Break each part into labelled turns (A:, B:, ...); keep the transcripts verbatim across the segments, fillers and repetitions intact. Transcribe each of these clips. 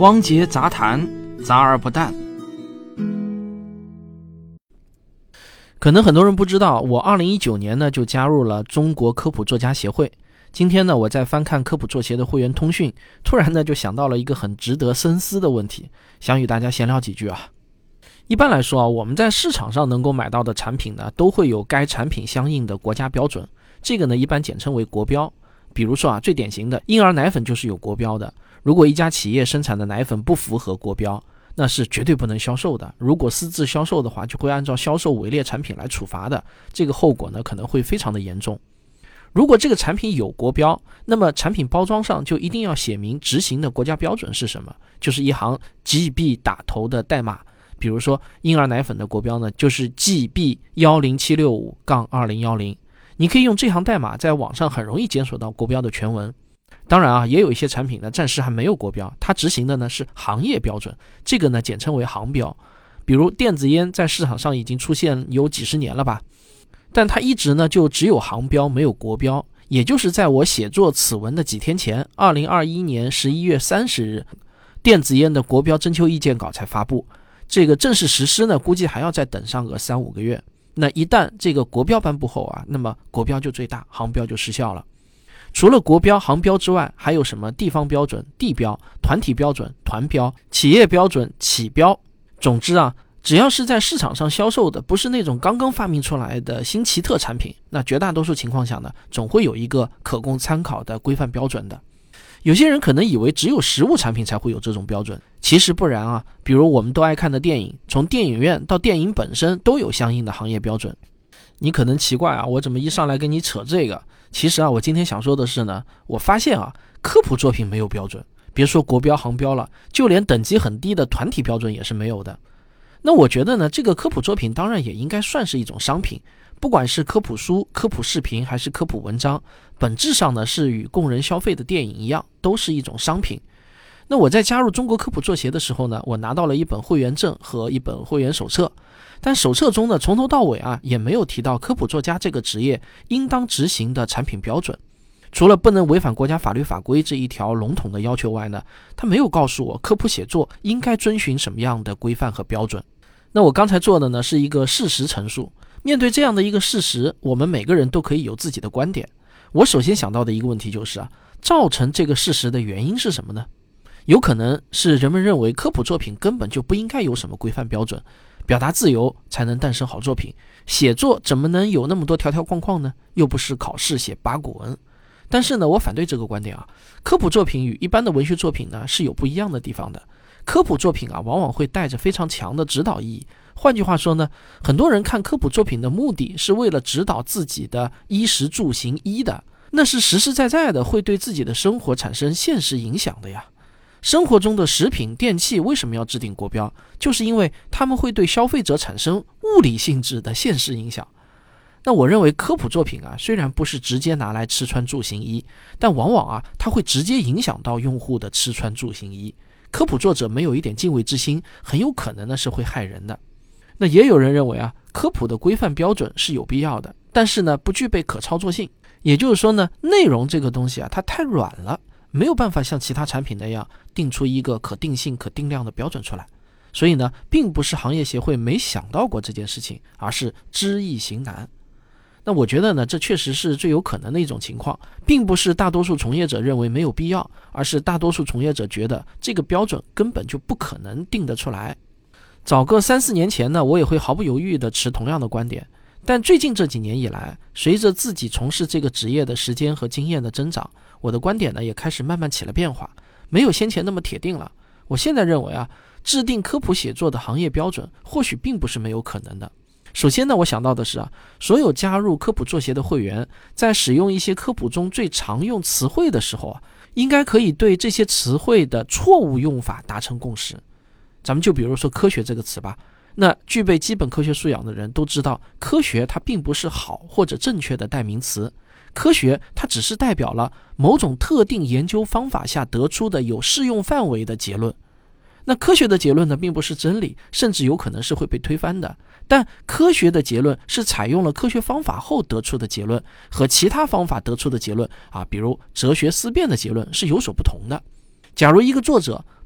A: 汪杰杂谈，杂而不淡。可能很多人不知道，我二零一九年呢就加入了中国科普作家协会。今天呢，我在翻看科普作协的会员通讯，突然呢就想到了一个很值得深思的问题，想与大家闲聊几句啊。一般来说啊，我们在市场上能够买到的产品呢，都会有该产品相应的国家标准，这个呢一般简称为国标。比如说啊，最典型的婴儿奶粉就是有国标的。如果一家企业生产的奶粉不符合国标，那是绝对不能销售的。如果私自销售的话，就会按照销售伪劣产品来处罚的，这个后果呢可能会非常的严重。如果这个产品有国标，那么产品包装上就一定要写明执行的国家标准是什么，就是一行 G B 打头的代码。比如说婴儿奶粉的国标呢，就是 G B 一零七六五二零一零，你可以用这行代码在网上很容易检索到国标的全文。当然啊，也有一些产品呢暂时还没有国标，它执行的呢是行业标准，这个呢简称为行标。比如电子烟在市场上已经出现有几十年了吧，但它一直呢就只有行标没有国标。也就是在我写作此文的几天前，二零二一年十一月三十日，电子烟的国标征求意见稿才发布，这个正式实施呢估计还要再等上个三五个月。那一旦这个国标颁布后啊，那么国标就最大，行标就失效了。除了国标、行标之外，还有什么地方标准、地标、团体标准、团标、企业标准、企标。总之啊，只要是在市场上销售的，不是那种刚刚发明出来的新奇特产品，那绝大多数情况下呢，总会有一个可供参考的规范标准的。有些人可能以为只有实物产品才会有这种标准，其实不然啊。比如我们都爱看的电影，从电影院到电影本身都有相应的行业标准。你可能奇怪啊，我怎么一上来跟你扯这个？其实啊，我今天想说的是呢，我发现啊，科普作品没有标准，别说国标行标了，就连等级很低的团体标准也是没有的。那我觉得呢，这个科普作品当然也应该算是一种商品，不管是科普书、科普视频还是科普文章，本质上呢是与供人消费的电影一样，都是一种商品。那我在加入中国科普作协的时候呢，我拿到了一本会员证和一本会员手册，但手册中呢从头到尾啊也没有提到科普作家这个职业应当执行的产品标准。除了不能违反国家法律法规这一条笼统的要求外呢，他没有告诉我科普写作应该遵循什么样的规范和标准。那我刚才做的呢是一个事实陈述，面对这样的一个事实，我们每个人都可以有自己的观点。我首先想到的一个问题就是啊，造成这个事实的原因是什么呢？有可能是人们认为科普作品根本就不应该有什么规范标准，表达自由才能诞生好作品，写作怎么能有那么多条条框框呢？又不是考试写八股文。但是呢，我反对这个观点啊。科普作品与一般的文学作品呢是有不一样的地方的。科普作品啊，往往会带着非常强的指导意义。换句话说呢，很多人看科普作品的目的是为了指导自己的衣食住行医的，那是实实在在的会对自己的生活产生现实影响的呀。生活中的食品、电器为什么要制定国标？就是因为他们会对消费者产生物理性质的现实影响。那我认为科普作品啊，虽然不是直接拿来吃穿住行医，但往往啊，它会直接影响到用户的吃穿住行医。科普作者没有一点敬畏之心，很有可能呢是会害人的。那也有人认为啊，科普的规范标准是有必要的，但是呢不具备可操作性。也就是说呢，内容这个东西啊，它太软了，没有办法像其他产品那样定出一个可定性、可定量的标准出来。所以呢，并不是行业协会没想到过这件事情，而是知易行难。那我觉得呢，这确实是最有可能的一种情况，并不是大多数从业者认为没有必要，而是大多数从业者觉得这个标准根本就不可能定得出来。早个三四年前呢，我也会毫不犹豫地持同样的观点，但最近这几年以来，随着自己从事这个职业的时间和经验的增长，我的观点呢也开始慢慢起了变化，没有先前那么铁定了。我现在认为啊，制定科普写作的行业标准或许并不是没有可能的。首先呢，我想到的是啊，所有加入科普作协的会员，在使用一些科普中最常用词汇的时候啊，应该可以对这些词汇的错误用法达成共识。咱们就比如说科学这个词吧，那具备基本科学素养的人都知道，科学它并不是好或者正确的代名词，科学它只是代表了某种特定研究方法下得出的有适用范围的结论。那科学的结论呢，并不是真理，甚至有可能是会被推翻的。但科学的结论是采用了科学方法后得出的结论，和其他方法得出的结论啊，比如哲学思辨的结论是有所不同的。假如一个作者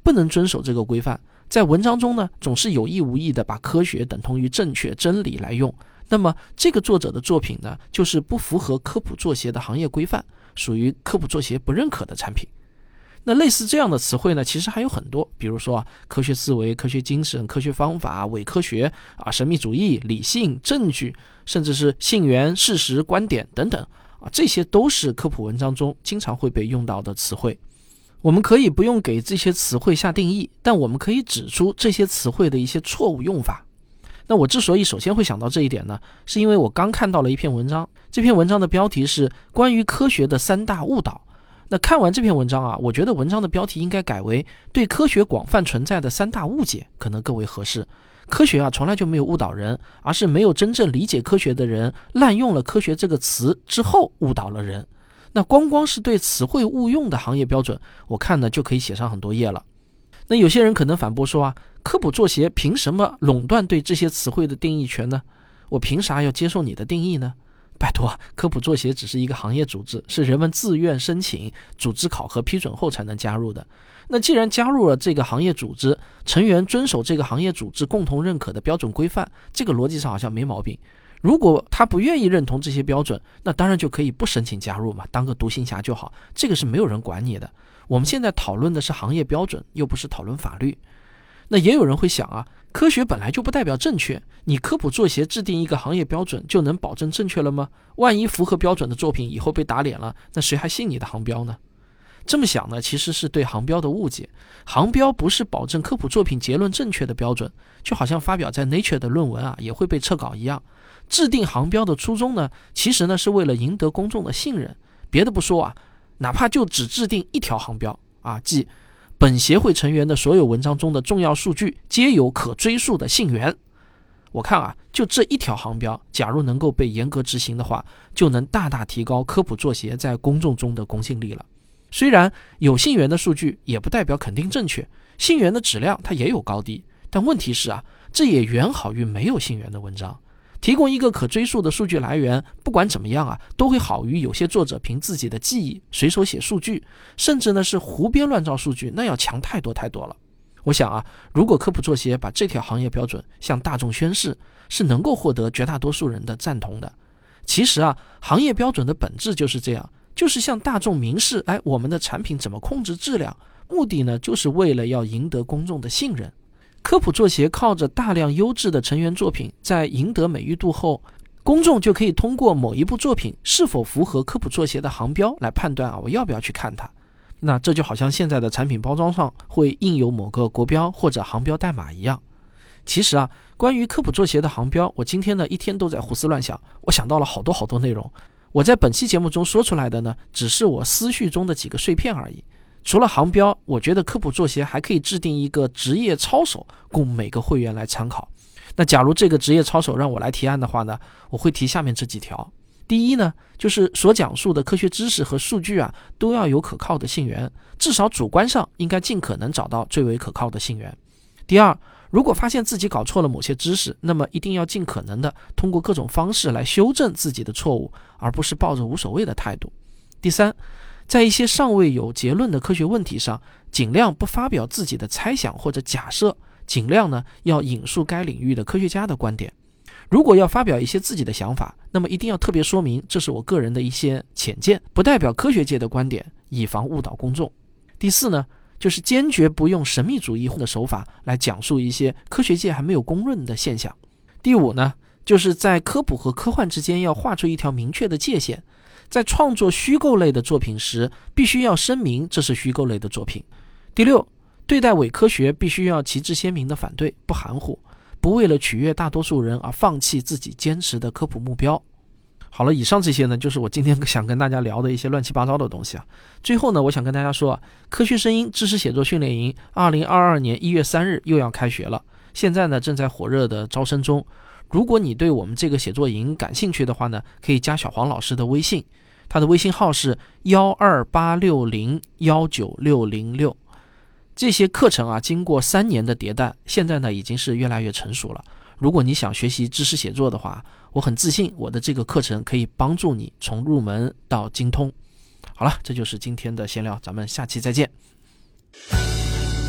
A: 不能遵守这个规范，在文章中呢总是有意无意的把科学等同于正确真理来用，那么这个作者的作品呢就是不符合科普作协的行业规范，属于科普作协不认可的产品。那类似这样的词汇呢其实还有很多，比如说啊，科学思维、科学精神、科学方法、伪科学啊、神秘主义、理性、证据，甚至是信源、事实、观点等等啊，这些都是科普文章中经常会被用到的词汇。我们可以不用给这些词汇下定义，但我们可以指出这些词汇的一些错误用法。那我之所以首先会想到这一点呢，是因为我刚看到了一篇文章，这篇文章的标题是关于科学的三大误导。那看完这篇文章啊，我觉得文章的标题应该改为对科学广泛存在的三大误解，可能更为合适。科学啊从来就没有误导人，而是没有真正理解科学的人滥用了科学这个词之后误导了人。那光光是对词汇误用的行业标准，我看呢就可以写上很多页了。那有些人可能反驳说啊，科普作协凭什么垄断对这些词汇的定义权呢？我凭啥要接受你的定义呢？拜托，科普作协只是一个行业组织，是人们自愿申请、组织考核批准后才能加入的。那既然加入了这个行业组织，成员遵守这个行业组织共同认可的标准规范，这个逻辑上好像没毛病。如果他不愿意认同这些标准，那当然就可以不申请加入嘛，当个独行侠就好，这个是没有人管你的。我们现在讨论的是行业标准，又不是讨论法律。那也有人会想啊，科学本来就不代表正确，你科普作协制定一个行业标准就能保证正确了吗？万一符合标准的作品以后被打脸了，那谁还信你的航标呢？这么想呢，其实是对航标的误解。航标不是保证科普作品结论正确的标准，就好像发表在 Nature 的论文啊也会被撤稿一样。制定航标的初衷呢，其实呢是为了赢得公众的信任。别的不说啊，哪怕就只制定一条航标啊，即本协会成员的所有文章中的重要数据皆有可追溯的信源。我看啊，就这一条航标，假如能够被严格执行的话，就能大大提高科普作协在公众中的公信力了。虽然有信源的数据也不代表肯定正确，信源的质量它也有高低，但问题是啊，这也远好于没有信源的文章。提供一个可追溯的数据来源，不管怎么样啊，都会好于有些作者凭自己的记忆随手写数据，甚至呢是胡编乱造数据，那要强太多太多了。我想啊，如果科普作协把这条行业标准向大众宣示，是能够获得绝大多数人的赞同的。其实啊，行业标准的本质就是这样，就是向大众明示，哎，我们的产品怎么控制质量，目的呢，就是为了要赢得公众的信任。科普作协靠着大量优质的成员作品，在赢得美誉度后，公众就可以通过某一部作品是否符合科普作协的航标来判断啊，我要不要去看它。那这就好像现在的产品包装上会印有某个国标或者航标代码一样。其实啊，关于科普作协的航标，我今天呢一天都在胡思乱想，我想到了好多好多内容。我在本期节目中说出来的呢，只是我思绪中的几个碎片而已。除了航标，我觉得科普作协还可以制定一个职业操守，供每个会员来参考。那假如这个职业操守让我来提案的话呢，我会提下面这几条。第一呢，就是所讲述的科学知识和数据啊，都要有可靠的信源，至少主观上应该尽可能找到最为可靠的信源。第二，如果发现自己搞错了某些知识，那么一定要尽可能的通过各种方式来修正自己的错误，而不是抱着无所谓的态度。第三，在一些尚未有结论的科学问题上，尽量不发表自己的猜想或者假设，尽量呢要引述该领域的科学家的观点。如果要发表一些自己的想法，那么一定要特别说明这是我个人的一些浅见，不代表科学界的观点，以防误导公众。第四呢，就是坚决不用神秘主义的手法来讲述一些科学界还没有公认的现象。第五呢，就是在科普和科幻之间要画出一条明确的界限，在创作虚构类的作品时，必须要声明这是虚构类的作品。第六，对待伪科学必须要旗帜鲜明的反对，不含糊，不为了取悦大多数人而放弃自己坚持的科普目标。好了，以上这些呢，就是我今天想跟大家聊的一些乱七八糟的东西啊。最后呢，我想跟大家说啊，科学声音知识写作训练营二零二二年一月三日又要开学了，现在呢正在火热的招生中。如果你对我们这个写作营感兴趣的话呢，可以加小黄老师的微信，他的微信号是一二八六零一九六零六。这些课程啊，经过三年的迭代，现在呢已经是越来越成熟了。如果你想学习知识写作的话，我很自信我的这个课程可以帮助你从入门到精通。好了，这就是今天的闲聊，咱们下期再见。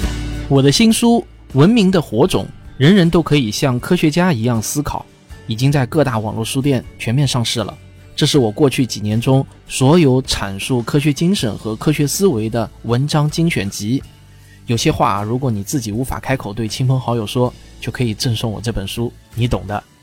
A: 我的新书《文明的火种》，人人都可以像科学家一样思考，已经在各大网络书店全面上市了。这是我过去几年中所有阐述科学精神和科学思维的文章精选集。有些话如果你自己无法开口对亲朋好友说，就可以赠送我这本书，你懂的。